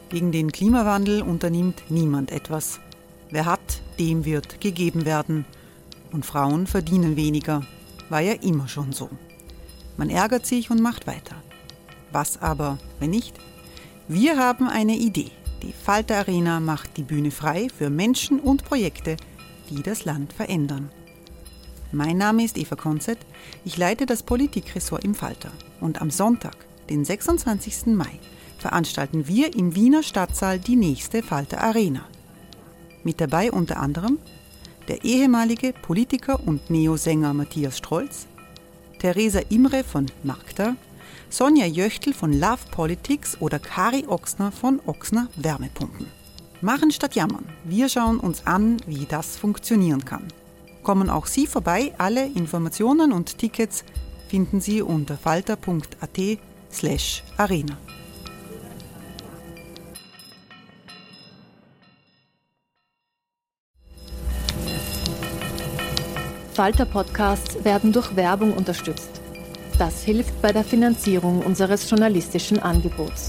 Gegen den Klimawandel unternimmt niemand etwas. Wer hat, dem wird gegeben werden. Und Frauen verdienen weniger. War ja immer schon so. Man ärgert sich und macht weiter. Was aber, wenn nicht? Wir haben eine Idee. Die Falter Arena macht die Bühne frei für Menschen und Projekte, die das Land verändern. Mein Name ist Eva Konzett, ich leite das Politikressort im Falter. Und am Sonntag, den 26. Mai, veranstalten wir im Wiener Stadtsaal die nächste Falter Arena. Mit dabei unter anderem der ehemalige Politiker und Neosänger Matthias Strolz, Theresa Imre von Magda, Sonja Jöchtl von Love Politics oder Kari Ochsner von Ochsner Wärmepumpen. Machen statt jammern. Wir schauen uns an, wie das funktionieren kann. Kommen auch Sie vorbei. Alle Informationen und Tickets finden Sie unter falter.at/arena. Falter-Podcasts werden durch Werbung unterstützt. Das hilft bei der Finanzierung unseres journalistischen Angebots.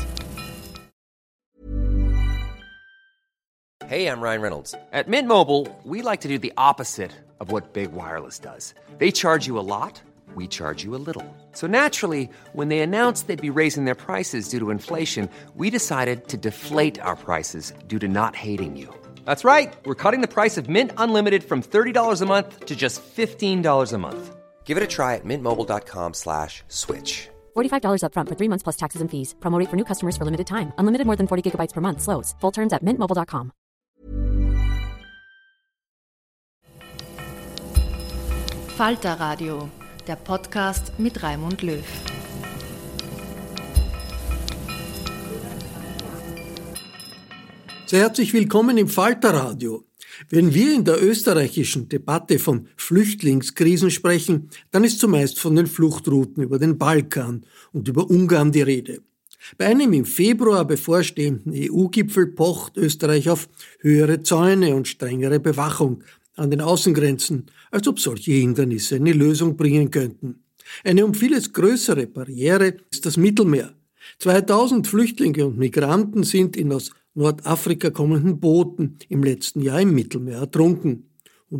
Hey, I'm Ryan Reynolds. At Mint Mobile, we like to do the opposite of what Big Wireless does. They charge you a lot, we charge you a little. So naturally, when they announced they'd be raising their prices due to inflation, we decided to deflate our prices due to not hating you. That's right. We're cutting the price of Mint Unlimited from $30 a month to just $15 a month. Give it a try at mintmobile.com/switch. $45 up front for 3 months plus taxes and fees. Promo rate for new customers for limited time. Unlimited more than 40 gigabytes per month. Slows full terms at mintmobile.com. Falter Radio, der Podcast mit Raimund Löw. Sehr herzlich willkommen im Falter-Radio. Wenn wir in der österreichischen Debatte von Flüchtlingskrisen sprechen, dann ist zumeist von den Fluchtrouten über den Balkan und über Ungarn die Rede. Bei einem im Februar bevorstehenden EU-Gipfel pocht Österreich auf höhere Zäune und strengere Bewachung an den Außengrenzen, als ob solche Hindernisse eine Lösung bringen könnten. Eine um vieles größere Barriere ist das Mittelmeer. 2000 Flüchtlinge und Migranten sind in aus Nordafrika kommenden Booten im letzten Jahr im Mittelmeer ertrunken.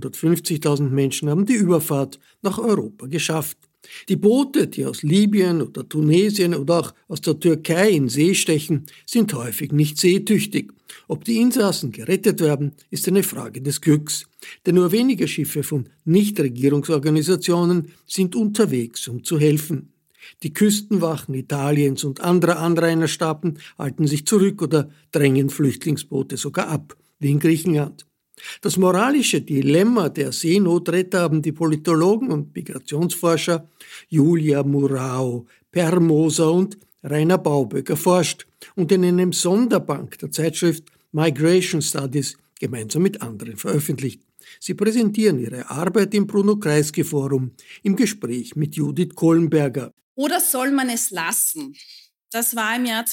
150.000 Menschen haben die Überfahrt nach Europa geschafft. Die Boote, die aus Libyen oder Tunesien oder auch aus der Türkei in See stechen, sind häufig nicht seetüchtig. Ob die Insassen gerettet werden, ist eine Frage des Glücks. Denn nur wenige Schiffe von Nichtregierungsorganisationen sind unterwegs, um zu helfen. Die Küstenwachen Italiens und anderer Anrainerstaaten halten sich zurück oder drängen Flüchtlingsboote sogar ab, wie in Griechenland. Das moralische Dilemma der Seenotretter haben die Politologen und Migrationsforscher Julia Murao, Per Moser und Rainer Bauböck erforscht und in einem Sonderband der Zeitschrift Migration Studies gemeinsam mit anderen veröffentlicht. Sie präsentieren ihre Arbeit im Bruno-Kreisky-Forum im Gespräch mit Judith Kohlenberger. Oder soll man es lassen? Das war im Jahr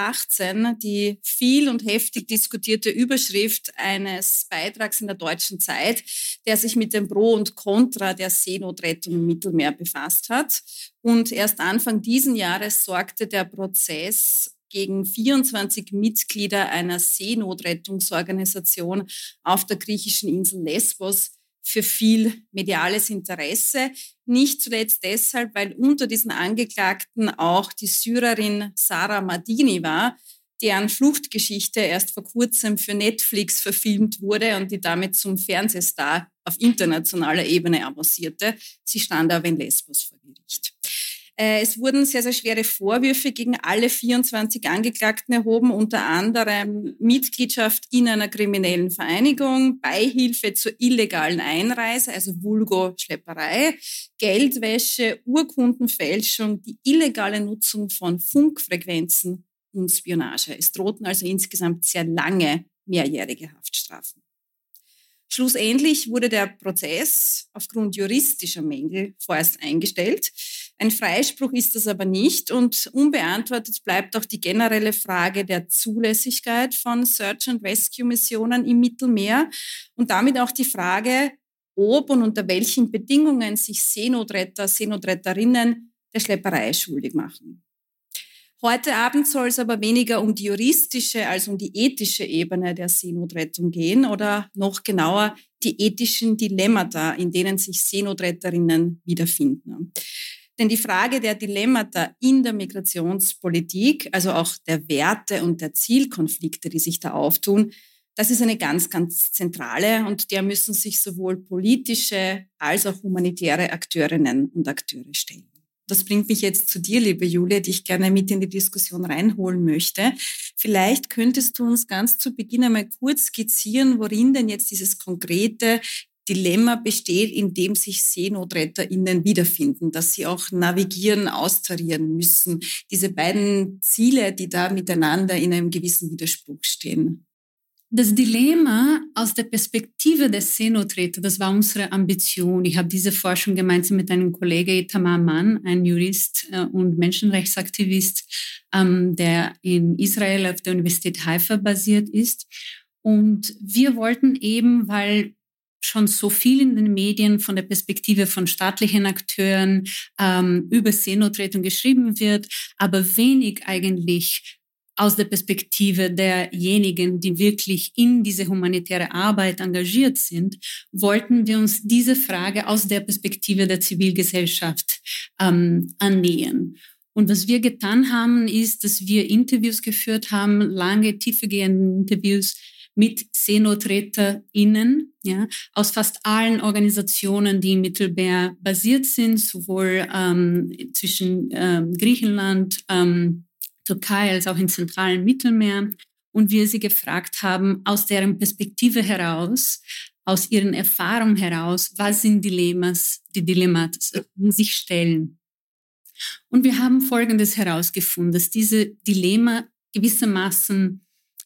2018 die viel und heftig diskutierte Überschrift eines Beitrags in der Deutschen Zeit, der sich mit dem Pro und Contra der Seenotrettung im Mittelmeer befasst hat. Und erst Anfang diesen Jahres sorgte der Prozess gegen 24 Mitglieder einer Seenotrettungsorganisation auf der griechischen Insel Lesbos für viel mediales Interesse. Nicht zuletzt deshalb, weil unter diesen Angeklagten auch die Syrerin Sara Mardini war, deren Fluchtgeschichte erst vor kurzem für Netflix verfilmt wurde und die damit zum Fernsehstar auf internationaler Ebene avancierte. Sie stand aber in Lesbos vor Gericht. Es wurden sehr, sehr schwere Vorwürfe gegen alle 24 Angeklagten erhoben, unter anderem Mitgliedschaft in einer kriminellen Vereinigung, Beihilfe zur illegalen Einreise, also vulgo Schlepperei, Geldwäsche, Urkundenfälschung, die illegale Nutzung von Funkfrequenzen und Spionage. Es drohten also insgesamt sehr lange mehrjährige Haftstrafen. Schlussendlich wurde der Prozess aufgrund juristischer Mängel vorerst eingestellt. Ein Freispruch ist das aber nicht und unbeantwortet bleibt auch die generelle Frage der Zulässigkeit von Search-and-Rescue-Missionen im Mittelmeer und damit auch die Frage, ob und unter welchen Bedingungen sich Seenotretter, Seenotretterinnen der Schlepperei schuldig machen. Heute Abend soll es aber weniger um die juristische als um die ethische Ebene der Seenotrettung gehen oder noch genauer die ethischen Dilemmata, in denen sich Seenotretterinnen wiederfinden. Denn die Frage der Dilemmata in der Migrationspolitik, also auch der Werte und der Zielkonflikte, die sich da auftun, das ist eine ganz, ganz zentrale und der müssen sich sowohl politische als auch humanitäre Akteurinnen und Akteure stellen. Das bringt mich jetzt zu dir, liebe Julia, die ich gerne mit in die Diskussion reinholen möchte. Vielleicht könntest du uns ganz zu Beginn einmal kurz skizzieren, worin denn jetzt dieses konkrete Dilemma besteht, in dem sich SeenotretterInnen wiederfinden, dass sie auch navigieren, austarieren müssen. Diese beiden Ziele, die da miteinander in einem gewissen Widerspruch stehen. Das Dilemma aus der Perspektive des Seenotretters, das war unsere Ambition. Ich habe diese Forschung gemeinsam mit einem Kollegen Itamar Mann, ein Jurist und Menschenrechtsaktivist, der in Israel auf der Universität Haifa basiert ist. Und wir wollten eben, weil schon so viel in den Medien von der Perspektive von staatlichen Akteuren über Seenotrettung geschrieben wird, aber wenig eigentlich aus der Perspektive derjenigen, die wirklich in diese humanitäre Arbeit engagiert sind, wollten wir uns diese Frage aus der Perspektive der Zivilgesellschaft annähern. Und was wir getan haben, ist, dass wir Interviews geführt haben, lange, tiefergehende Interviews mit SeenotretterInnen, ja, aus fast allen Organisationen, die im Mittelmeer basiert sind, sowohl zwischen Griechenland, Türkei als auch im zentralen Mittelmeer. Und wir sie gefragt haben, aus deren Perspektive heraus, aus ihren Erfahrungen heraus, was sind die Dilemmata, die sich stellen. Und wir haben Folgendes herausgefunden, dass diese Dilemma gewissermaßen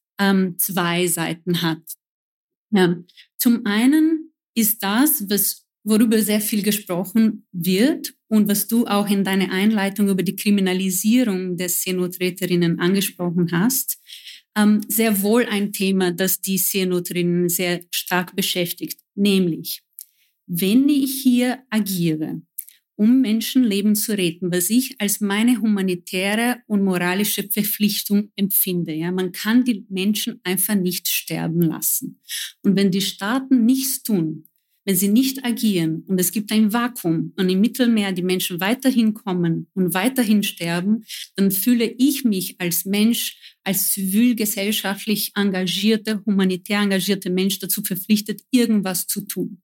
zwei Seiten hat. Ja. Zum einen ist das, worüber sehr viel gesprochen wird und was du auch in deiner Einleitung über die Kriminalisierung der Seenotretterinnen angesprochen hast, sehr wohl ein Thema, das die Seenotretterinnen sehr stark beschäftigt. Nämlich, wenn ich hier agiere, um Menschenleben zu retten, was ich als meine humanitäre und moralische Verpflichtung empfinde. Ja, man kann die Menschen einfach nicht sterben lassen. Und wenn die Staaten nichts tun, wenn sie nicht agieren und es gibt ein Vakuum und im Mittelmeer die Menschen weiterhin kommen und weiterhin sterben, dann fühle ich mich als Mensch, als zivilgesellschaftlich engagierter, humanitär engagierter Mensch dazu verpflichtet, irgendwas zu tun.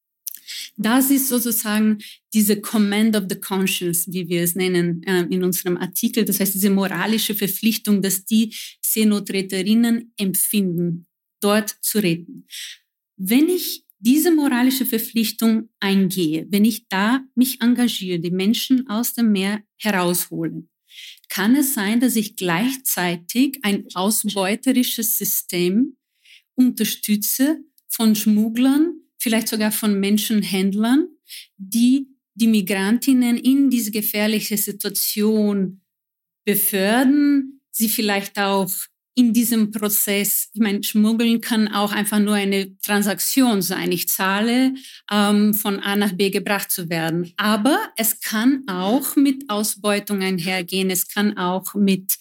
Das ist sozusagen diese Command of the Conscience, wie wir es nennen in unserem Artikel. Das heißt, diese moralische Verpflichtung, dass die Seenotretterinnen empfinden, dort zu retten. Wenn ich diese moralische Verpflichtung eingehe, wenn ich da mich engagiere, die Menschen aus dem Meer heraushole, kann es sein, dass ich gleichzeitig ein ausbeuterisches System unterstütze von Schmugglern, vielleicht sogar von Menschenhändlern, die die Migrantinnen in diese gefährliche Situation befördern, sie vielleicht auch in diesem Prozess, ich meine, Schmuggeln kann auch einfach nur eine Transaktion sein. Ich zahle, von A nach B gebracht zu werden. Aber es kann auch mit Ausbeutung einhergehen. Es kann auch mit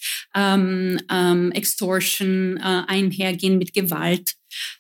Extortion einhergehen, mit Gewalt.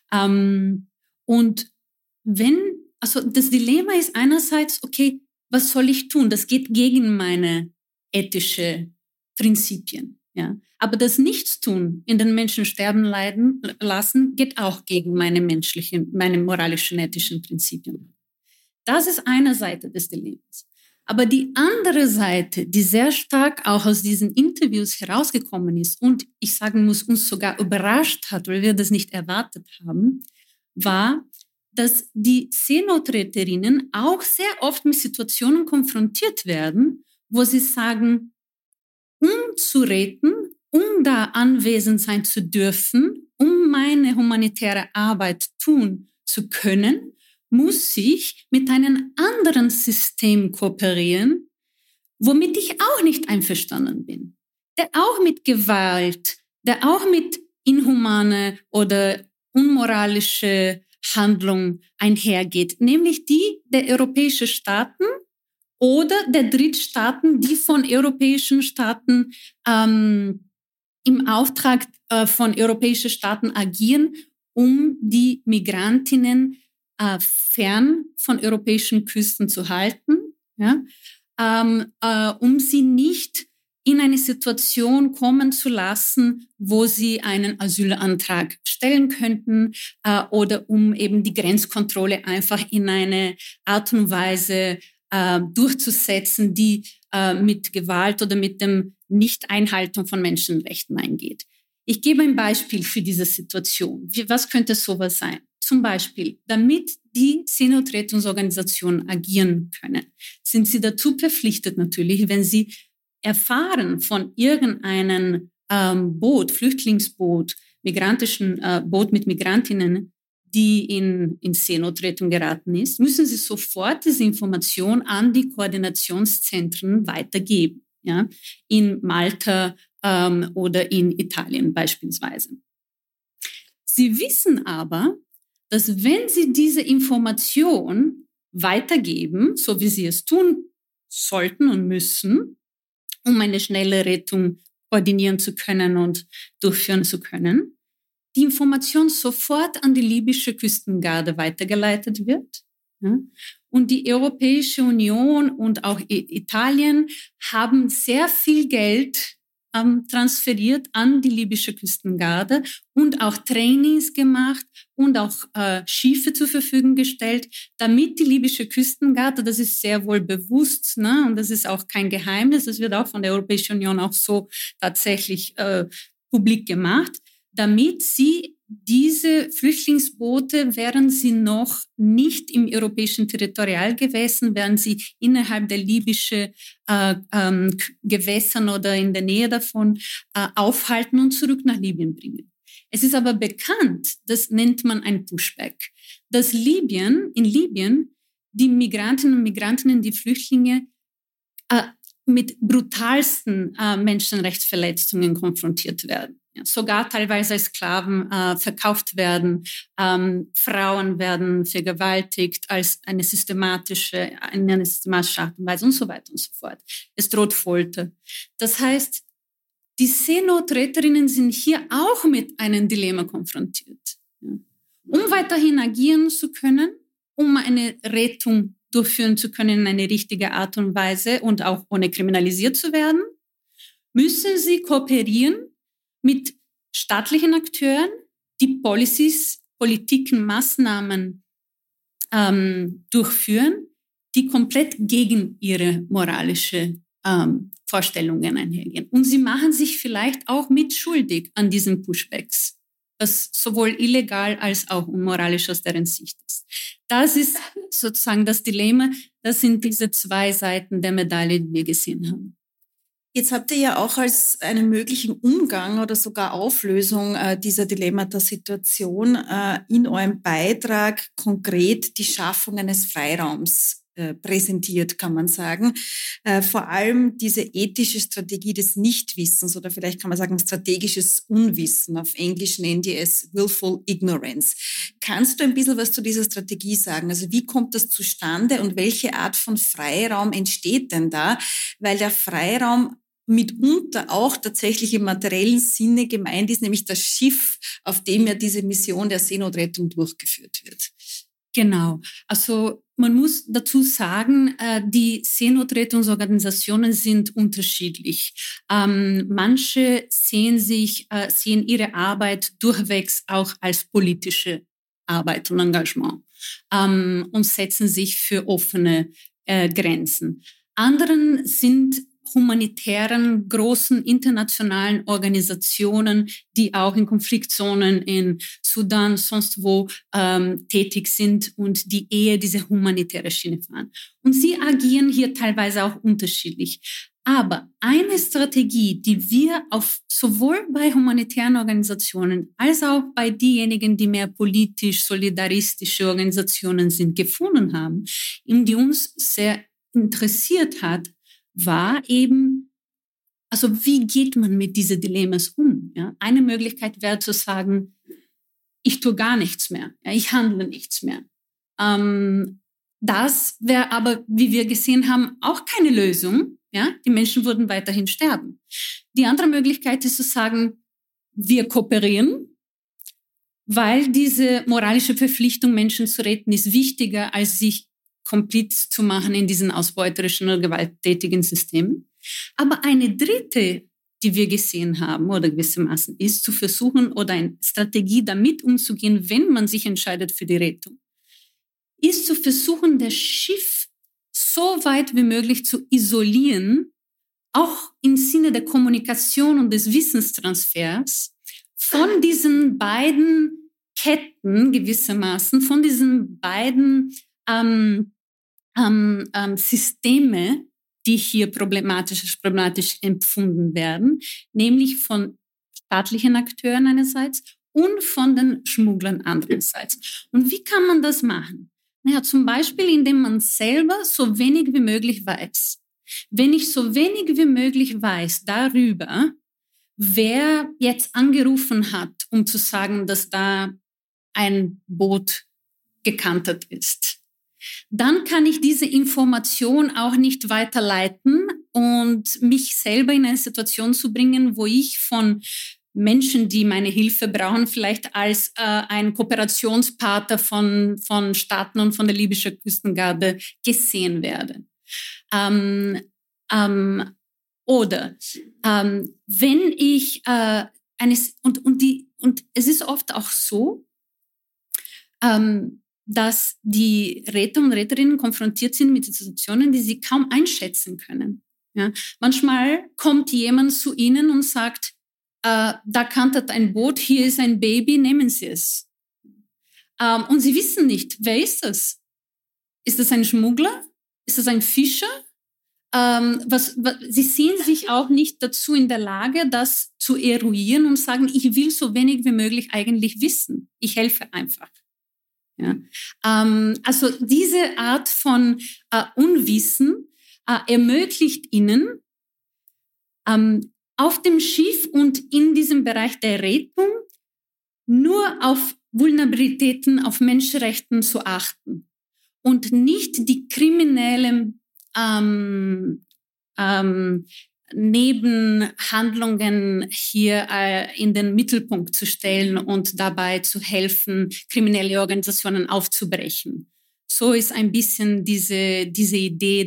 Und also das Dilemma ist einerseits, okay, was soll ich tun? Das geht gegen meine ethischen Prinzipien, ja. Aber das Nichtstun, in den Menschen sterben lassen, geht auch gegen meine moralischen, ethischen Prinzipien. Das ist eine Seite des Dilemmas. Aber die andere Seite, die sehr stark auch aus diesen Interviews herausgekommen ist und ich sagen muss, uns sogar überrascht hat, weil wir das nicht erwartet haben, war, dass die Seenotretterinnen auch sehr oft mit Situationen konfrontiert werden, wo sie sagen, um zu retten, um da anwesend sein zu dürfen, um meine humanitäre Arbeit tun zu können, muss ich mit einem anderen System kooperieren, womit ich auch nicht einverstanden bin. Der auch mit Gewalt, der auch mit inhumane oder unmoralische Handlung einhergeht, nämlich die der europäischen Staaten oder der Drittstaaten, die von europäischen Staaten im Auftrag von europäischen Staaten agieren, um die Migrantinnen fern von europäischen Küsten zu halten, ja? Um sie nicht in eine Situation kommen zu lassen, wo sie einen Asylantrag stellen könnten oder um eben die Grenzkontrolle einfach in eine Art und Weise durchzusetzen, die mit Gewalt oder mit dem Nicht-Einhaltung von Menschenrechten eingeht. Ich gebe ein Beispiel für diese Situation. Was könnte sowas sein? Zum Beispiel, damit die Seenotrettungsorganisationen agieren können, sind sie dazu verpflichtet natürlich, wenn sie erfahren von irgendeinem Boot, Flüchtlingsboot, migrantischen Boot mit Migrantinnen, die in Seenotrettung geraten ist, müssen sie sofort diese Information an die Koordinationszentren weitergeben, ja, in Malta oder in Italien beispielsweise. Sie wissen aber, dass wenn sie diese Information weitergeben, so wie sie es tun sollten und müssen, um eine schnelle Rettung koordinieren zu können und durchführen zu können, die Information sofort an die libysche Küstengarde weitergeleitet wird. Ja? Und die Europäische Union und auch Italien haben sehr viel Geld transferiert an die libysche Küstengarde und auch Trainings gemacht und auch Schiffe zur Verfügung gestellt, damit die libysche Küstengarde, das ist sehr wohl bewusst, ne, und das ist auch kein Geheimnis, das wird auch von der Europäischen Union auch so tatsächlich publik gemacht, damit sie diese Flüchtlingsboote, während sie noch nicht im europäischen Territorialgewässern, während sie innerhalb der libyschen Gewässern oder in der Nähe davon aufhalten und zurück nach Libyen bringen. Es ist aber bekannt, das nennt man ein Pushback, dass in Libyen die Migrantinnen und Migrantinnen, die Flüchtlinge mit brutalsten Menschenrechtsverletzungen konfrontiert werden. Ja, sogar teilweise als Sklaven verkauft werden, Frauen werden vergewaltigt als eine systematische Art und Weise und so weiter und so fort. Es droht Folter. Das heißt, die Seenotretterinnen sind hier auch mit einem Dilemma konfrontiert. Ja. Um weiterhin agieren zu können, um eine Rettung durchführen zu können in eine richtige Art und Weise und auch ohne kriminalisiert zu werden, müssen sie kooperieren mit staatlichen Akteuren, die Politiken, Maßnahmen durchführen, die komplett gegen ihre moralische Vorstellungen einhergehen. Und sie machen sich vielleicht auch mitschuldig an diesen Pushbacks, was sowohl illegal als auch unmoralisch aus deren Sicht ist. Das ist sozusagen das Dilemma. Das sind diese zwei Seiten der Medaille, die wir gesehen haben. Jetzt habt ihr ja auch als einen möglichen Umgang oder sogar Auflösung dieser Dilemmata-Situation in eurem Beitrag konkret die Schaffung eines Freiraums präsentiert, kann man sagen. Vor allem diese ethische Strategie des Nichtwissens oder vielleicht kann man sagen strategisches Unwissen. Auf Englisch nennen die es willful ignorance. Kannst du ein bisschen was zu dieser Strategie sagen? Also wie kommt das zustande und welche Art von Freiraum entsteht denn da? Weil der Freiraum mitunter auch tatsächlich im materiellen Sinne gemeint ist, nämlich das Schiff, auf dem ja diese Mission der Seenotrettung durchgeführt wird. Genau. Also man muss dazu sagen, die Seenotrettungsorganisationen sind unterschiedlich. Manche sehen ihre Arbeit durchwegs auch als politische Arbeit und Engagement und setzen sich für offene Grenzen. Anderen sind humanitären, großen internationalen Organisationen, die auch in Konfliktzonen in Sudan, sonst wo tätig sind und die eher diese humanitäre Schiene fahren. Und sie agieren hier teilweise auch unterschiedlich. Aber eine Strategie, die wir sowohl bei humanitären Organisationen als auch bei denjenigen, die mehr politisch, solidaristische Organisationen sind, gefunden haben, die uns sehr interessiert hat, war eben, also wie geht man mit diesen Dilemmas um? Ja? Eine Möglichkeit wäre zu sagen, ich tue gar nichts mehr, ja, ich handle nichts mehr. Das wäre aber, wie wir gesehen haben, auch keine Lösung. Ja? Die Menschen würden weiterhin sterben. Die andere Möglichkeit ist zu sagen, wir kooperieren, weil diese moralische Verpflichtung, Menschen zu retten, ist wichtiger, als sich komplett zu machen in diesen ausbeuterischen oder gewalttätigen Systemen. Aber eine dritte, die wir gesehen haben, oder gewissermaßen, ist zu versuchen oder eine Strategie damit umzugehen, wenn man sich entscheidet für die Rettung, ist zu versuchen, das Schiff so weit wie möglich zu isolieren, auch im Sinne der Kommunikation und des Wissenstransfers von diesen beiden Ketten gewissermaßen, von diesen beiden Systeme, die hier problematisch empfunden werden, nämlich von staatlichen Akteuren einerseits und von den Schmugglern andererseits. Und wie kann man das machen? Naja, zum Beispiel, indem man selber so wenig wie möglich weiß. Wenn ich so wenig wie möglich weiß darüber, wer jetzt angerufen hat, um zu sagen, dass da ein Boot gekantert ist, dann kann ich diese Information auch nicht weiterleiten und mich selber in eine Situation zu bringen, wo ich von Menschen, die meine Hilfe brauchen, vielleicht als ein Kooperationspartner von Staaten und von der libyschen Küstengarde gesehen werde. Oder wenn ich und es ist oft auch so, dass die Retter und Retterinnen konfrontiert sind mit Situationen, die sie kaum einschätzen können. Ja? Manchmal kommt jemand zu ihnen und sagt, da kantert ein Boot, hier ist ein Baby, nehmen Sie es. Und sie wissen nicht, wer ist das? Ist das ein Schmuggler? Ist das ein Fischer? Sie sehen sich auch nicht dazu in der Lage, das zu eruieren und sagen, ich will so wenig wie möglich eigentlich wissen. Ich helfe einfach. Ja. Also diese Art von Unwissen ermöglicht ihnen, auf dem Schiff und in diesem Bereich der Rettung nur auf Vulnerabilitäten, auf Menschenrechten zu achten und nicht die kriminellen Nebenhandlungen hier in den Mittelpunkt zu stellen und dabei zu helfen, kriminelle Organisationen aufzubrechen. So ist ein bisschen diese Idee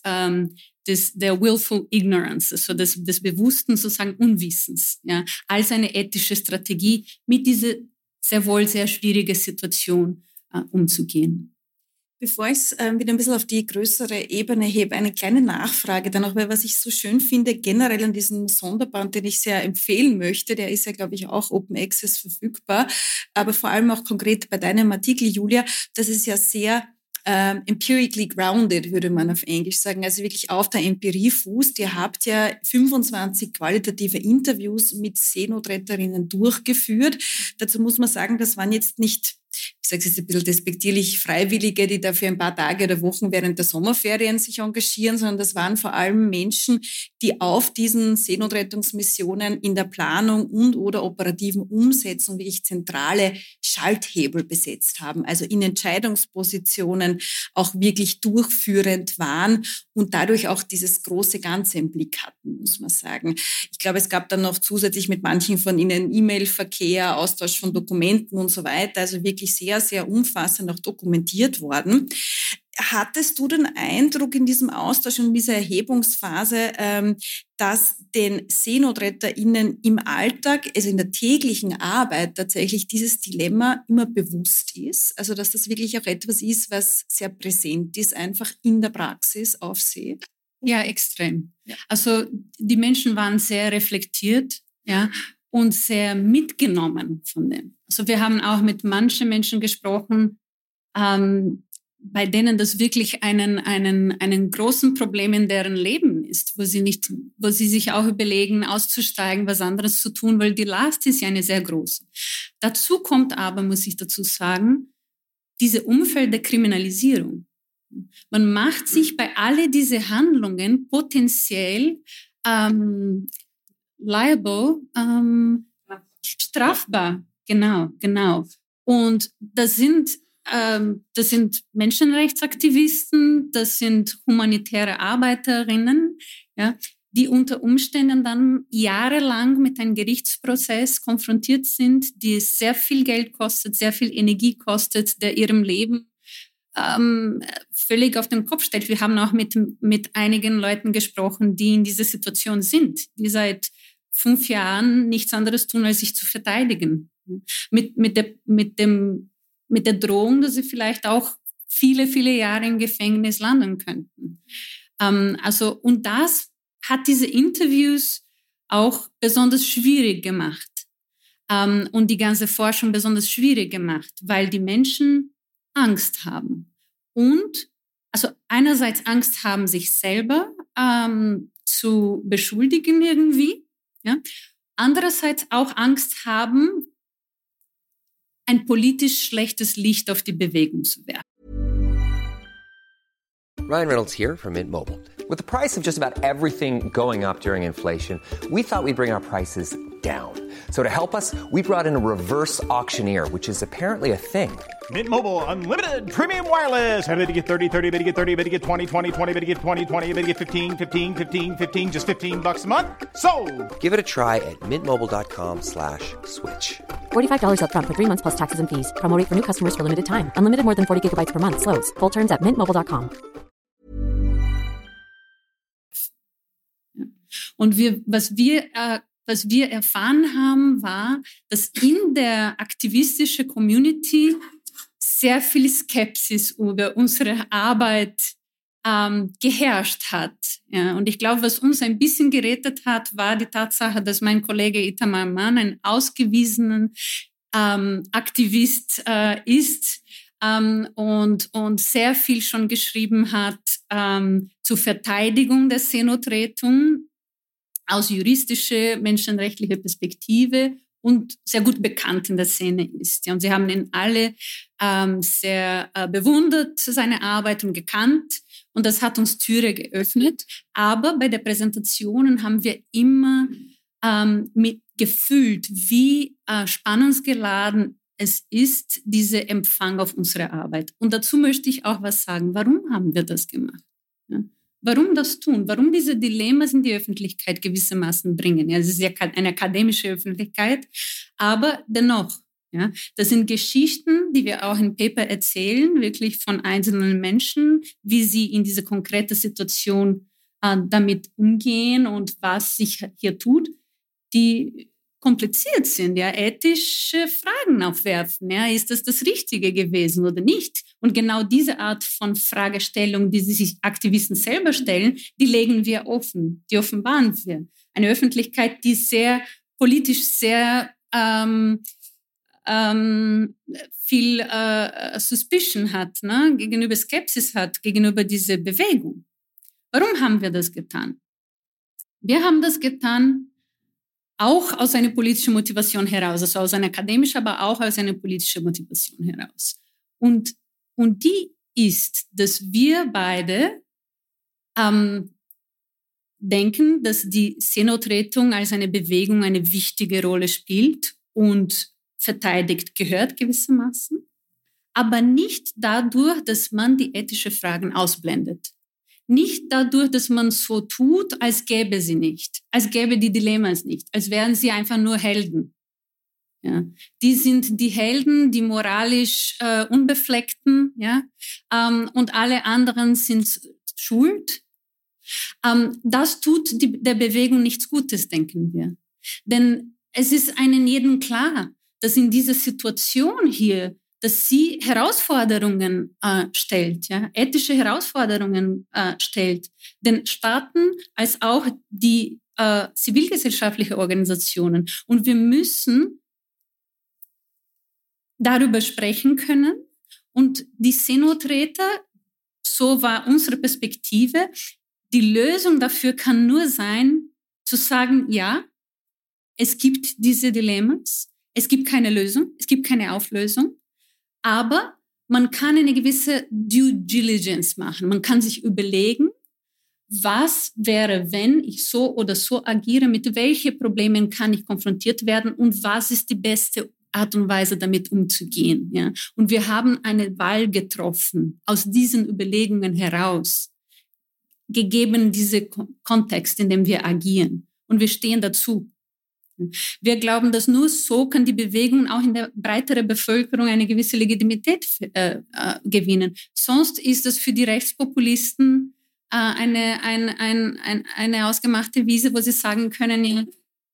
der willful ignorance, also des bewussten sozusagen Unwissens, ja, als eine ethische Strategie, mit dieser sehr wohl sehr schwierigen Situation umzugehen. Bevor ich es wieder ein bisschen auf die größere Ebene hebe, eine kleine Nachfrage dann auch, weil was ich so schön finde, generell an diesem Sonderband, den ich sehr empfehlen möchte, der ist ja, glaube ich, auch Open Access verfügbar, aber vor allem auch konkret bei deinem Artikel, Julia, das ist ja sehr empirically grounded, würde man auf Englisch sagen, also wirklich auf der Empirie fußt. Ihr habt ja 25 qualitative Interviews mit Seenotretterinnen durchgeführt. Dazu muss man sagen, das waren jetzt nicht, ich sage es jetzt ein bisschen despektierlich, Freiwillige, die dafür ein paar Tage oder Wochen während der Sommerferien sich engagieren, sondern das waren vor allem Menschen, die auf diesen Seenotrettungsmissionen in der Planung und oder operativen Umsetzung wirklich zentrale Schalthebel besetzt haben, also in Entscheidungspositionen auch wirklich durchführend waren und dadurch auch dieses große Ganze im Blick hatten, muss man sagen. Ich glaube, es gab dann noch zusätzlich mit manchen von ihnen E-Mail-Verkehr, Austausch von Dokumenten und so weiter, also wirklich sehr, sehr umfassend auch dokumentiert worden. Hattest du den Eindruck in diesem Austausch und in dieser Erhebungsphase, dass den SeenotretterInnen im Alltag, also in der täglichen Arbeit tatsächlich dieses Dilemma immer bewusst ist? Also dass das wirklich auch etwas ist, was sehr präsent ist, einfach in der Praxis auf See? Ja, extrem. Ja. Also die Menschen waren sehr reflektiert, ja, und sehr mitgenommen von dem. Also wir haben auch mit manchen Menschen gesprochen, bei denen das wirklich einen großen Problem in deren Leben ist, wo sie sich auch überlegen, auszusteigen, was anderes zu tun, weil die Last ist ja eine sehr große. Dazu kommt aber, muss ich dazu sagen, diese Umfeld der Kriminalisierung. Man macht sich bei all diese Handlungen potenziell liable, strafbar. Genau. Und das sind das sind Menschenrechtsaktivisten, das sind humanitäre Arbeiterinnen, ja, die unter Umständen dann jahrelang mit einem Gerichtsprozess konfrontiert sind, die sehr viel Geld kostet, sehr viel Energie kostet, der ihrem Leben völlig auf den Kopf stellt. Wir haben auch mit einigen Leuten gesprochen, die in dieser Situation sind, die seit 5 Jahren nichts anderes tun, als sich zu verteidigen. Mit der Drohung, dass sie vielleicht auch viele, viele Jahre im Gefängnis landen könnten. Und das hat diese Interviews auch besonders schwierig gemacht und die ganze Forschung besonders schwierig gemacht, weil die Menschen Angst haben. Und also einerseits Angst haben, sich selber zu beschuldigen irgendwie, ja? Andererseits auch Angst haben, ein politisch schlechtes Licht auf die Bewegung zu werfen. Ryan Reynolds here from Mint Mobile. With the price of just about everything going up during inflation, we thought we'd bring our prices down. So to help us, we brought in a reverse auctioneer, which is apparently a thing. Mint Mobile Unlimited Premium Wireless. How to get 30, 30, bit to get 30, bit to get 20, 20, 20, bit to get 20, 20, bit to get 15, 15, 15, 15, just $15 a month? Sold! Give it a try at mintmobile.com/switch. $45 up front for 3 months plus taxes and fees. Promo rate for new customers for limited time. Unlimited more than 40 gigabytes per month. Slows full terms at mintmobile.com. Und was wir erfahren haben, war, dass in der aktivistischen Community sehr viel Skepsis über unsere Arbeit geherrscht hat. Ja, und ich glaube, was uns ein bisschen gerettet hat, war die Tatsache, dass mein Kollege Itamar Mann ein ausgewiesener Aktivist ist und sehr viel schon geschrieben hat zur Verteidigung der Seenotrettung aus juristischer, menschenrechtlicher Perspektive und sehr gut bekannt in der Szene ist. Ja, und sie haben ihn alle sehr bewundert, seine Arbeit, und gekannt. Und das hat uns Türe geöffnet. Aber bei den Präsentationen haben wir immer gefühlt, wie spannungsgeladen es ist, dieser Empfang auf unsere Arbeit. Und dazu möchte ich auch was sagen. Warum haben wir das gemacht? Ja? Warum das tun? Warum diese Dilemmas in die Öffentlichkeit gewissermaßen bringen? Ja, es ist ja eine akademische Öffentlichkeit, aber dennoch, ja, das sind Geschichten, die wir auch im Paper erzählen, wirklich von einzelnen Menschen, wie sie in dieser konkreten Situation damit umgehen und was sich hier tut, die kompliziert sind, ja, ethische Fragen aufwerfen. Ja, ist das Richtige gewesen oder nicht? Und genau diese Art von Fragestellung, die sich Aktivisten selber stellen, die legen wir offen, die offenbaren wir. Eine Öffentlichkeit, die sehr politisch sehr viel Suspicion hat, ne, gegenüber Skepsis hat, gegenüber dieser Bewegung. Warum haben wir das getan? Wir haben das getan, auch aus einer politischen Motivation heraus, also aus einer akademischen, aber auch aus einer politischen Motivation heraus. Und die ist, dass wir beide denken, dass die Seenotrettung als eine Bewegung eine wichtige Rolle spielt und verteidigt gehört gewissermaßen, aber nicht dadurch, dass man die ethischen Fragen ausblendet. Nicht dadurch, dass man so tut, als gäbe sie nicht, als gäbe die Dilemmas nicht, als wären sie einfach nur Helden. Ja, die sind die Helden, die moralisch Unbefleckten, ja, und alle anderen sind schuld. Das tut der Bewegung nichts Gutes, denken wir. Denn es ist einem jeden klar, dass in dieser Situation hier, dass sie Herausforderungen stellt, ja, ethische Herausforderungen stellt, den Staaten als auch die zivilgesellschaftlichen Organisationen. Und wir müssen darüber sprechen können. Und die Seenotreter, so war unsere Perspektive, die Lösung dafür kann nur sein, zu sagen, ja, es gibt diese Dilemmas, es gibt keine Lösung, es gibt keine Auflösung, aber man kann eine gewisse Due Diligence machen. Man kann sich überlegen, was wäre, wenn ich so oder so agiere, mit welchen Problemen kann ich konfrontiert werden und was ist die beste Art und Weise, damit umzugehen. Ja? Und wir haben eine Wahl getroffen, aus diesen Überlegungen heraus, gegeben diesen Kontext, in dem wir agieren. Und wir stehen dazu. Wir glauben, dass nur so kann die Bewegung auch in der breiteren Bevölkerung eine gewisse Legitimität gewinnen. Sonst ist es für die Rechtspopulisten eine ausgemachte Wiese, wo sie sagen können, ja,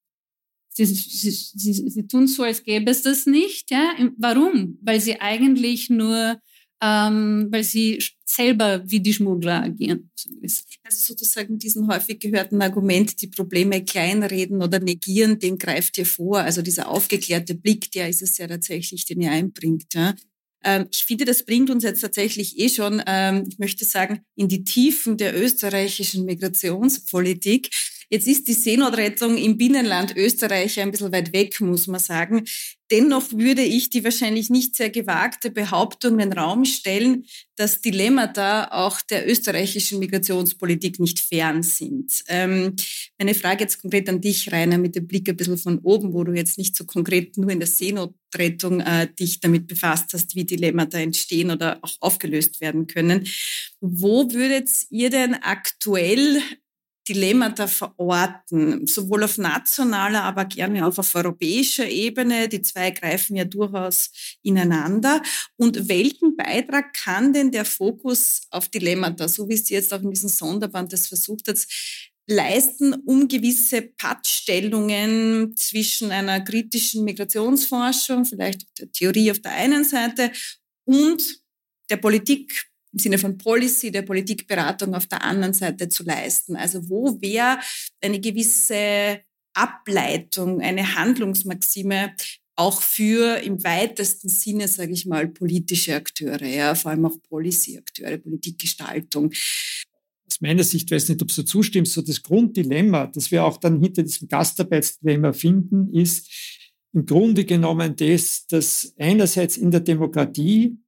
sie tun so, als gäbe es das nicht. Ja? Warum? Weil sie eigentlich nur, weil sie selber wie die Schmuggler agieren. Also sozusagen diesen häufig gehörten Argument, die Probleme kleinreden oder negieren, dem greift ihr vor. Also dieser aufgeklärte Blick, der ist es ja tatsächlich, den ihr einbringt. Ja? Ich finde, das bringt uns jetzt tatsächlich schon, ich möchte sagen, in die Tiefen der österreichischen Migrationspolitik. Jetzt ist die Seenotrettung im Binnenland Österreich ein bisschen weit weg, muss man sagen. Dennoch würde ich die wahrscheinlich nicht sehr gewagte Behauptung in den Raum stellen, dass Dilemmata auch der österreichischen Migrationspolitik nicht fern sind. Meine Frage jetzt konkret an dich, Rainer, mit dem Blick ein bisschen von oben, wo du jetzt nicht so konkret nur in der Seenotrettung dich damit befasst hast, wie Dilemmata entstehen oder auch aufgelöst werden können. Wo würdet ihr denn aktuell Dilemmata verorten, sowohl auf nationaler, aber gerne auch auf europäischer Ebene? Die zwei greifen ja durchaus ineinander. Und welchen Beitrag kann denn der Fokus auf Dilemmata, so wie es ihr jetzt auch in diesem Sonderband das versucht habt, leisten, um gewisse Pattstellungen zwischen einer kritischen Migrationsforschung, vielleicht der Theorie auf der einen Seite, und der Politik im Sinne von Policy, der Politikberatung auf der anderen Seite zu leisten? Also wo wäre eine gewisse Ableitung, eine Handlungsmaxime auch für im weitesten Sinne, sage ich mal, politische Akteure, ja, vor allem auch Policy-Akteure, Politikgestaltung? Aus meiner Sicht, weiß nicht, ob du zustimmst, so das Grunddilemma, das wir auch dann hinter diesem Gastarbeitsdilemma finden, ist im Grunde genommen das, dass einerseits in der Demokratie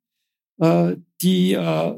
die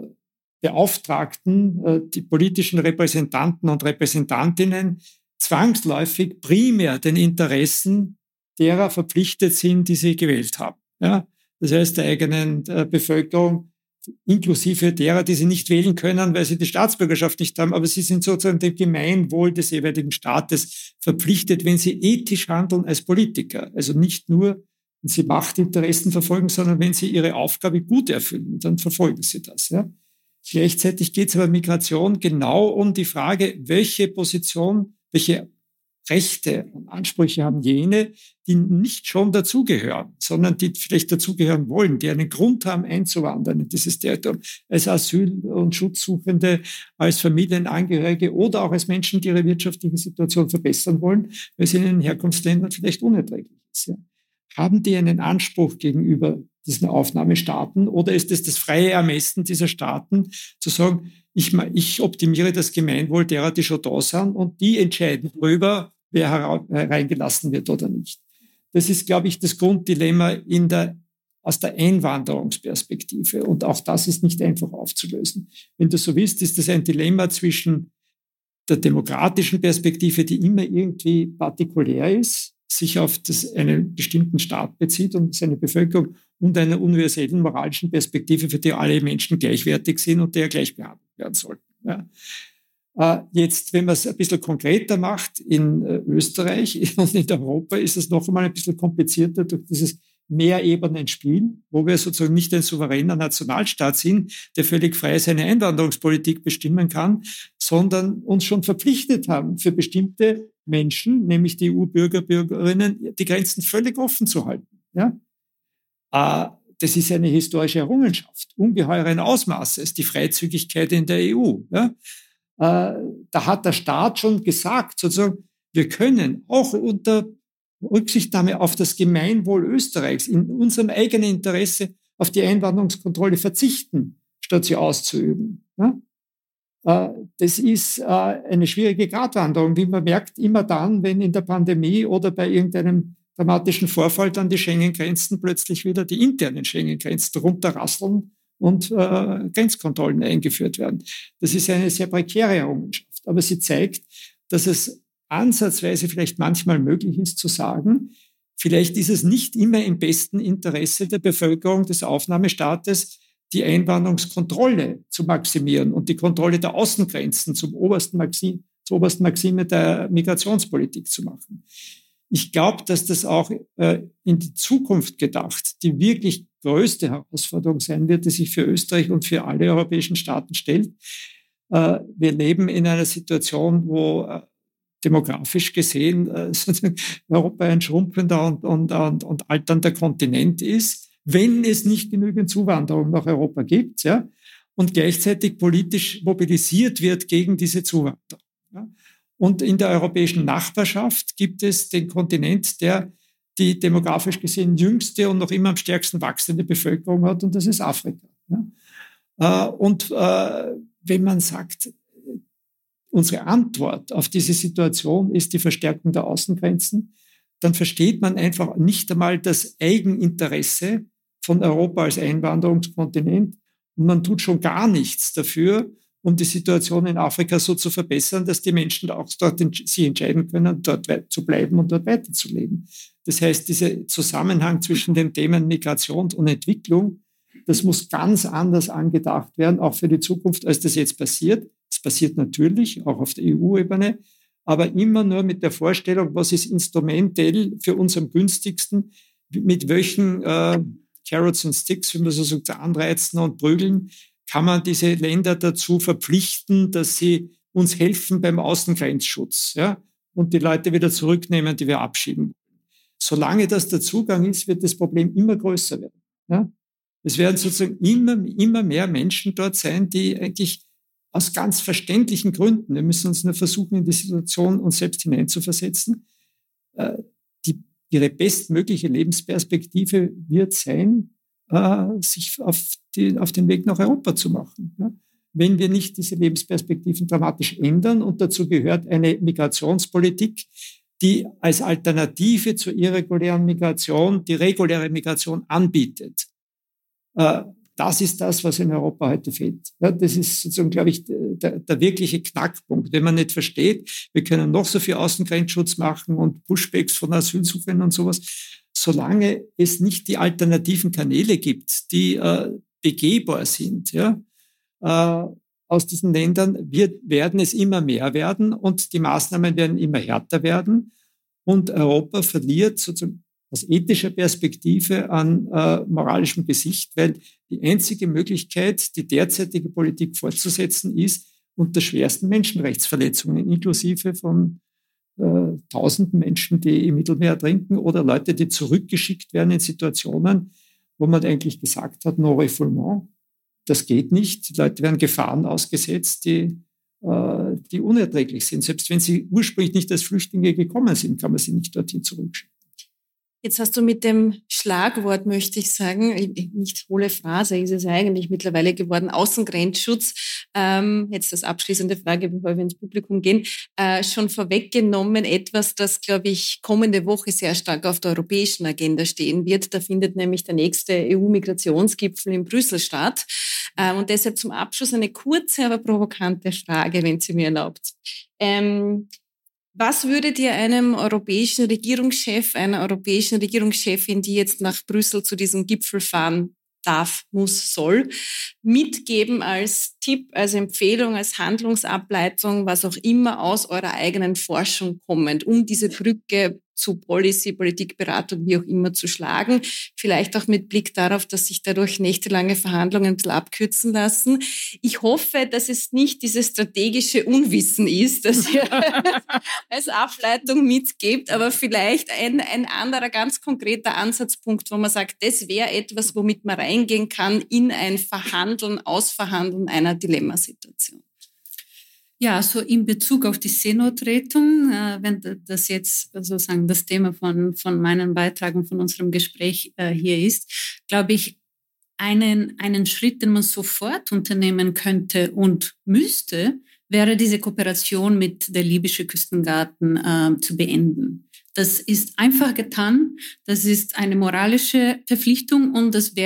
Beauftragten, die politischen Repräsentanten und Repräsentantinnen zwangsläufig primär den Interessen derer verpflichtet sind, die sie gewählt haben. Ja? Das heißt, der eigenen Bevölkerung, inklusive derer, die sie nicht wählen können, weil sie die Staatsbürgerschaft nicht haben, aber sie sind sozusagen dem Gemeinwohl des jeweiligen Staates verpflichtet, wenn sie ethisch handeln als Politiker. Also nicht nur, wenn sie Machtinteressen verfolgen, sondern wenn sie ihre Aufgabe gut erfüllen, dann verfolgen sie das. Ja. Gleichzeitig geht es aber Migration genau um die Frage, welche Position, welche Rechte und Ansprüche haben jene, die nicht schon dazugehören, sondern die vielleicht dazugehören wollen, die einen Grund haben, einzuwandern in dieses Territorium, als Asyl- und Schutzsuchende, als Familienangehörige oder auch als Menschen, die ihre wirtschaftliche Situation verbessern wollen, weil sie in den Herkunftsländern vielleicht unerträglich ist. Ja. Haben die einen Anspruch gegenüber diesen Aufnahmestaaten oder ist es das freie Ermessen dieser Staaten, zu sagen, ich optimiere das Gemeinwohl derer, die schon da sind und die entscheiden darüber, wer hereingelassen wird oder nicht. Das ist, glaube ich, das Grunddilemma aus der Einwanderungsperspektive und auch das ist nicht einfach aufzulösen. Wenn du so willst, ist das ein Dilemma zwischen der demokratischen Perspektive, die immer irgendwie partikulär ist, sich auf einen bestimmten Staat bezieht und seine Bevölkerung und einer universellen moralischen Perspektive, für die alle Menschen gleichwertig sind und der gleich behandelt werden sollten. Ja. Jetzt, wenn man es ein bisschen konkreter macht, in Österreich und in Europa ist es noch einmal ein bisschen komplizierter durch dieses Mehrebenenspiel, wo wir sozusagen nicht ein souveräner Nationalstaat sind, der völlig frei seine Einwanderungspolitik bestimmen kann, sondern uns schon verpflichtet haben, für bestimmte Menschen, nämlich die EU-Bürger, Bürgerinnen, die Grenzen völlig offen zu halten. Ja? Das ist eine historische Errungenschaft, ungeheuren Ausmaßes, die Freizügigkeit in der EU. Ja? Da hat der Staat schon gesagt, sozusagen, wir können auch unter Rücksichtnahme auf das Gemeinwohl Österreichs in unserem eigenen Interesse auf die Einwanderungskontrolle verzichten, statt sie auszuüben. Ja? Das ist eine schwierige Gratwanderung, wie man merkt, immer dann, wenn in der Pandemie oder bei irgendeinem dramatischen Vorfall dann die Schengen-Grenzen plötzlich wieder die internen Schengen-Grenzen runterrasseln und Grenzkontrollen eingeführt werden. Das ist eine sehr prekäre Errungenschaft, aber sie zeigt, dass es ansatzweise vielleicht manchmal möglich ist zu sagen, Vielleicht ist es nicht immer im besten Interesse der Bevölkerung des Aufnahmestaates, die Einwanderungskontrolle zu maximieren und die Kontrolle der Außengrenzen zur obersten Maxime der Migrationspolitik zu machen. Ich glaube, dass das auch in die Zukunft gedacht die wirklich größte Herausforderung sein wird, die sich für Österreich und für alle europäischen Staaten stellt. Wir leben in einer Situation, wo demografisch gesehen Europa ein schrumpfender und alternder Kontinent ist, wenn es nicht genügend Zuwanderung nach Europa gibt, ja, und gleichzeitig politisch mobilisiert wird gegen diese Zuwanderung. Ja. Und in der europäischen Nachbarschaft gibt es den Kontinent, der die demografisch gesehen jüngste und noch immer am stärksten wachsende Bevölkerung hat, und das ist Afrika. Ja. Wenn man sagt, unsere Antwort auf diese Situation ist die Verstärkung der Außengrenzen, dann versteht man einfach nicht einmal das Eigeninteresse von Europa als Einwanderungskontinent, und man tut schon gar nichts dafür, um die Situation in Afrika so zu verbessern, dass die Menschen auch dort sich entscheiden können, dort zu bleiben und dort weiterzuleben. Das heißt, dieser Zusammenhang zwischen den Themen Migration und Entwicklung, das muss ganz anders angedacht werden, auch für die Zukunft, als das jetzt passiert. Es passiert natürlich, auch auf der EU-Ebene, aber immer nur mit der Vorstellung, was ist instrumentell für uns am günstigsten, mit welchen Carrots and Sticks, wie man so sagt, anreizen und prügeln, kann man diese Länder dazu verpflichten, dass sie uns helfen beim Außengrenzschutz, ja, und die Leute wieder zurücknehmen, die wir abschieben. Solange das der Zugang ist, wird das Problem immer größer werden. Ja. Es werden sozusagen immer mehr Menschen dort sein, die eigentlich aus ganz verständlichen Gründen, wir müssen uns nur versuchen, in die Situation uns selbst hineinzuversetzen, ihre bestmögliche Lebensperspektive wird sein, sich auf den Weg nach Europa zu machen. Ja? Wenn wir nicht diese Lebensperspektiven dramatisch ändern, und dazu gehört eine Migrationspolitik, die als Alternative zur irregulären Migration die reguläre Migration anbietet. Das ist das, was in Europa heute fehlt. Ja, das ist sozusagen, glaube ich, der wirkliche Knackpunkt. Wenn man nicht versteht, wir können noch so viel Außengrenzschutz machen und Pushbacks von Asylsuchenden und sowas, solange es nicht die alternativen Kanäle gibt, die begehbar sind, ja, aus diesen Ländern, werden es immer mehr werden und die Maßnahmen werden immer härter werden, und Europa verliert sozusagen aus ethischer Perspektive an moralischem Gesicht, weil die einzige Möglichkeit, die derzeitige Politik fortzusetzen, ist, unter schwersten Menschenrechtsverletzungen, inklusive von tausenden Menschen, die im Mittelmeer ertrinken, oder Leute, die zurückgeschickt werden in Situationen, wo man eigentlich gesagt hat, no refoulement, das geht nicht. Die Leute werden Gefahren ausgesetzt, die unerträglich sind. Selbst wenn sie ursprünglich nicht als Flüchtlinge gekommen sind, kann man sie nicht dorthin zurückschicken. Jetzt hast du mit dem Schlagwort, möchte ich sagen, nicht hohle Phrase ist es eigentlich mittlerweile geworden, Außengrenzschutz, jetzt als abschließende Frage, bevor wir ins Publikum gehen, schon vorweggenommen etwas, das, glaube ich, kommende Woche sehr stark auf der europäischen Agenda stehen wird. Da findet nämlich der nächste EU-Migrationsgipfel in Brüssel statt. Und deshalb zum Abschluss eine kurze, aber provokante Frage, wenn sie mir erlaubt. Was würdet ihr einem europäischen Regierungschef, einer europäischen Regierungschefin, die jetzt nach Brüssel zu diesem Gipfel fahren darf, muss, soll, mitgeben als Tipp, als Empfehlung, als Handlungsableitung, was auch immer aus eurer eigenen Forschung kommend, um diese Brücke zu Policy, Politikberatung, wie auch immer zu schlagen? Vielleicht auch mit Blick darauf, dass sich dadurch nächtelange Verhandlungen ein bisschen abkürzen lassen. Ich hoffe, dass es nicht dieses strategische Unwissen ist, das ihr als Ableitung mitgebt, aber vielleicht ein anderer ganz konkreter Ansatzpunkt, wo man sagt, das wäre etwas, womit man reingehen kann in ein Verhandeln, Ausverhandeln einer Dilemmasituation. Ja, so in Bezug auf die Seenotrettung, wenn das jetzt sozusagen das Thema von meinem Beitrag und von unserem Gespräch hier ist, glaube ich, einen Schritt, den man sofort unternehmen könnte und müsste, wäre diese Kooperation mit der libyschen Küstengarten zu beenden. Das ist einfach getan, das ist eine moralische Verpflichtung und das wäre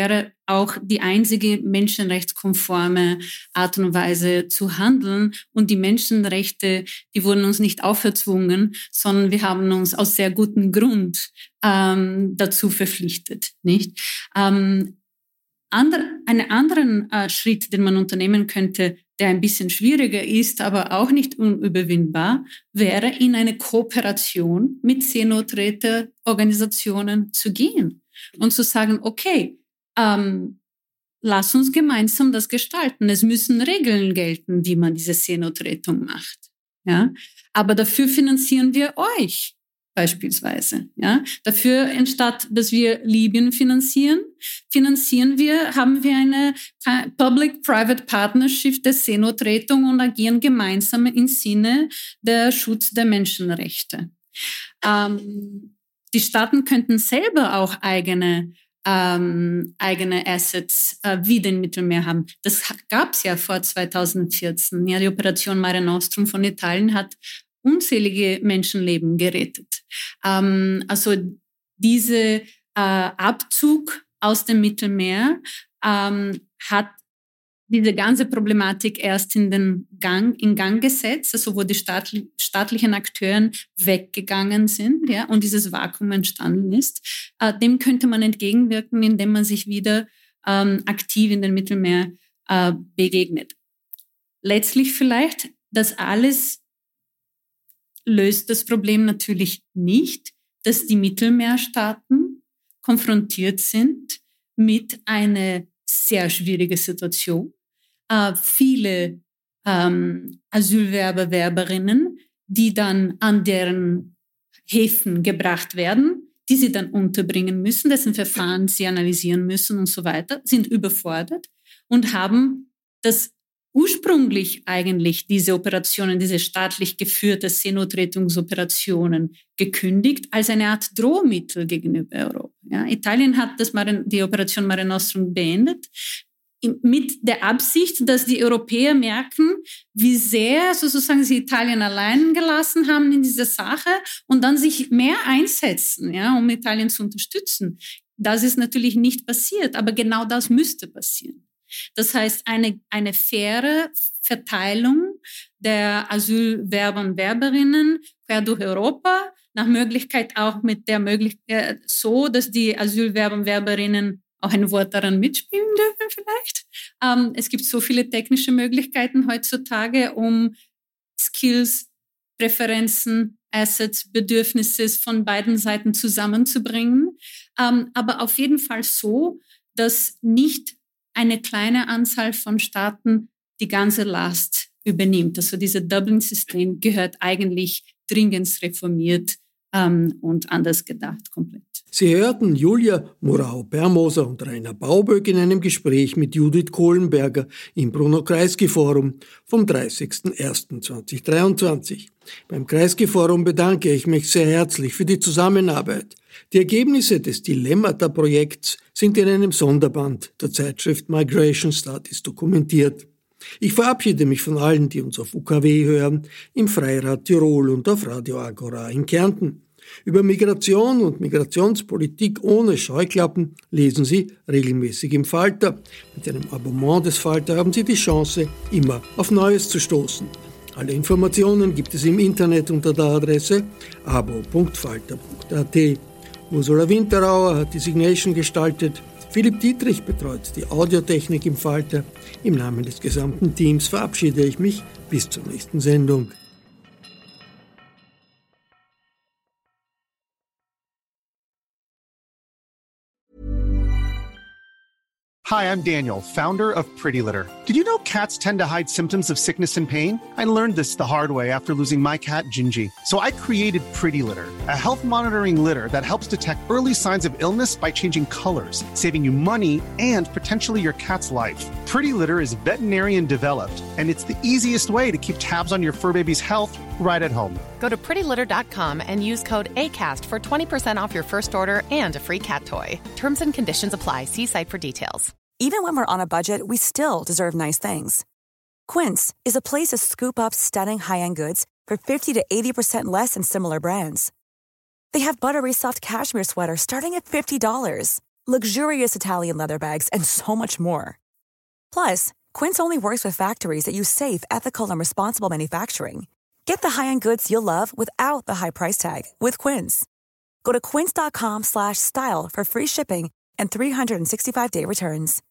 auch die einzige menschenrechtskonforme Art und Weise zu handeln. Und die Menschenrechte, die wurden uns nicht auferzwungen, sondern wir haben uns aus sehr gutem Grund dazu verpflichtet. Nicht? Einen anderen Schritt, den man unternehmen könnte, der ein bisschen schwieriger ist, aber auch nicht unüberwindbar, wäre in eine Kooperation mit Seenotretterorganisationen zu gehen und zu sagen, okay, lass uns gemeinsam das gestalten. Es müssen Regeln gelten, wie man diese Seenotrettung macht. Ja? Aber dafür finanzieren wir euch beispielsweise. Ja? Dafür, anstatt dass wir Libyen finanzieren haben wir eine Public-Private Partnership der Seenotrettung und agieren gemeinsam im Sinne der Schutz der Menschenrechte. Die Staaten könnten selber auch eigene Assets wie den Mittelmeer haben. Das gab es ja vor 2014. Ja, die Operation Mare Nostrum von Italien hat unzählige Menschenleben gerettet. Also diese Abzug aus dem Mittelmeer hat diese ganze Problematik erst in Gang gesetzt, also wo die staatlichen Akteuren weggegangen sind, ja, und dieses Vakuum entstanden ist. Dem könnte man entgegenwirken, indem man sich wieder aktiv in den Mittelmeer begegnet. Letztlich vielleicht, das alles löst das Problem natürlich nicht, dass die Mittelmeerstaaten konfrontiert sind mit einer sehr schwierigen Situation. Viele Asylwerber, Werberinnen, die dann an deren Häfen gebracht werden, die sie dann unterbringen müssen, dessen Verfahren sie analysieren müssen und so weiter, sind überfordert und haben das ursprünglich eigentlich diese Operationen, diese staatlich geführte Seenotrettungsoperationen gekündigt als eine Art Drohmittel gegenüber Europa. Ja, Italien hat die Operation Mare Nostrum beendet mit der Absicht, dass die Europäer merken, wie sehr sozusagen sie Italien allein gelassen haben in dieser Sache und dann sich mehr einsetzen, ja, um Italien zu unterstützen. Das ist natürlich nicht passiert, aber genau das müsste passieren. Das heißt, eine faire Verteilung der Asylwerber und Werberinnen quer durch Europa, nach Möglichkeit auch mit der Möglichkeit so, dass die Asylwerber und Werberinnen auch ein Wort daran mitspielen dürfen vielleicht. Es gibt so viele technische Möglichkeiten heutzutage, um Skills, Präferenzen, Assets, Bedürfnisse von beiden Seiten zusammenzubringen. Aber auf jeden Fall so, dass nicht eine kleine Anzahl von Staaten die ganze Last übernimmt. Also dieses Dublin-System gehört eigentlich dringend reformiert und anders gedacht komplett. Sie hörten Julia Morau-Bermoser und Rainer Bauböck in einem Gespräch mit Judith Kohlenberger im Bruno-Kreisky-Forum vom 30.01.2023. Beim Kreisky-Forum bedanke ich mich sehr herzlich für die Zusammenarbeit. Die Ergebnisse des Dilemmata-Projekts sind in einem Sonderband der Zeitschrift Migration Studies dokumentiert. Ich verabschiede mich von allen, die uns auf UKW hören, im Freirad Tirol und auf Radio Agora in Kärnten. Über Migration und Migrationspolitik ohne Scheuklappen lesen Sie regelmäßig im Falter. Mit einem Abonnement des Falter haben Sie die Chance, immer auf Neues zu stoßen. Alle Informationen gibt es im Internet unter der Adresse abo.falter.at. Ursula Winterauer hat die Signation gestaltet. Philipp Dietrich betreut die Audiotechnik im Falter. Im Namen des gesamten Teams verabschiede ich mich bis zur nächsten Sendung. Hi, I'm Daniel, founder of Pretty Litter. Did you know cats tend to hide symptoms of sickness and pain? I learned this the hard way after losing my cat, Gingy. So I created Pretty Litter, a health monitoring litter that helps detect early signs of illness by changing colors, saving you money and potentially your cat's life. Pretty Litter is veterinarian developed, and it's the easiest way to keep tabs on your fur baby's health right at home. Go to prettylitter.com and use code ACAST for 20% off your first order and a free cat toy. Terms and conditions apply. See site for details. Even when we're on a budget, we still deserve nice things. Quince is a place to scoop up stunning high-end goods for 50 to 80% less than similar brands. They have buttery soft cashmere sweaters starting at $50, luxurious Italian leather bags, and so much more. Plus, Quince only works with factories that use safe, ethical, and responsible manufacturing. Get the high-end goods you'll love without the high price tag with Quince. Go to quince.com/style for free shipping and 365-day returns.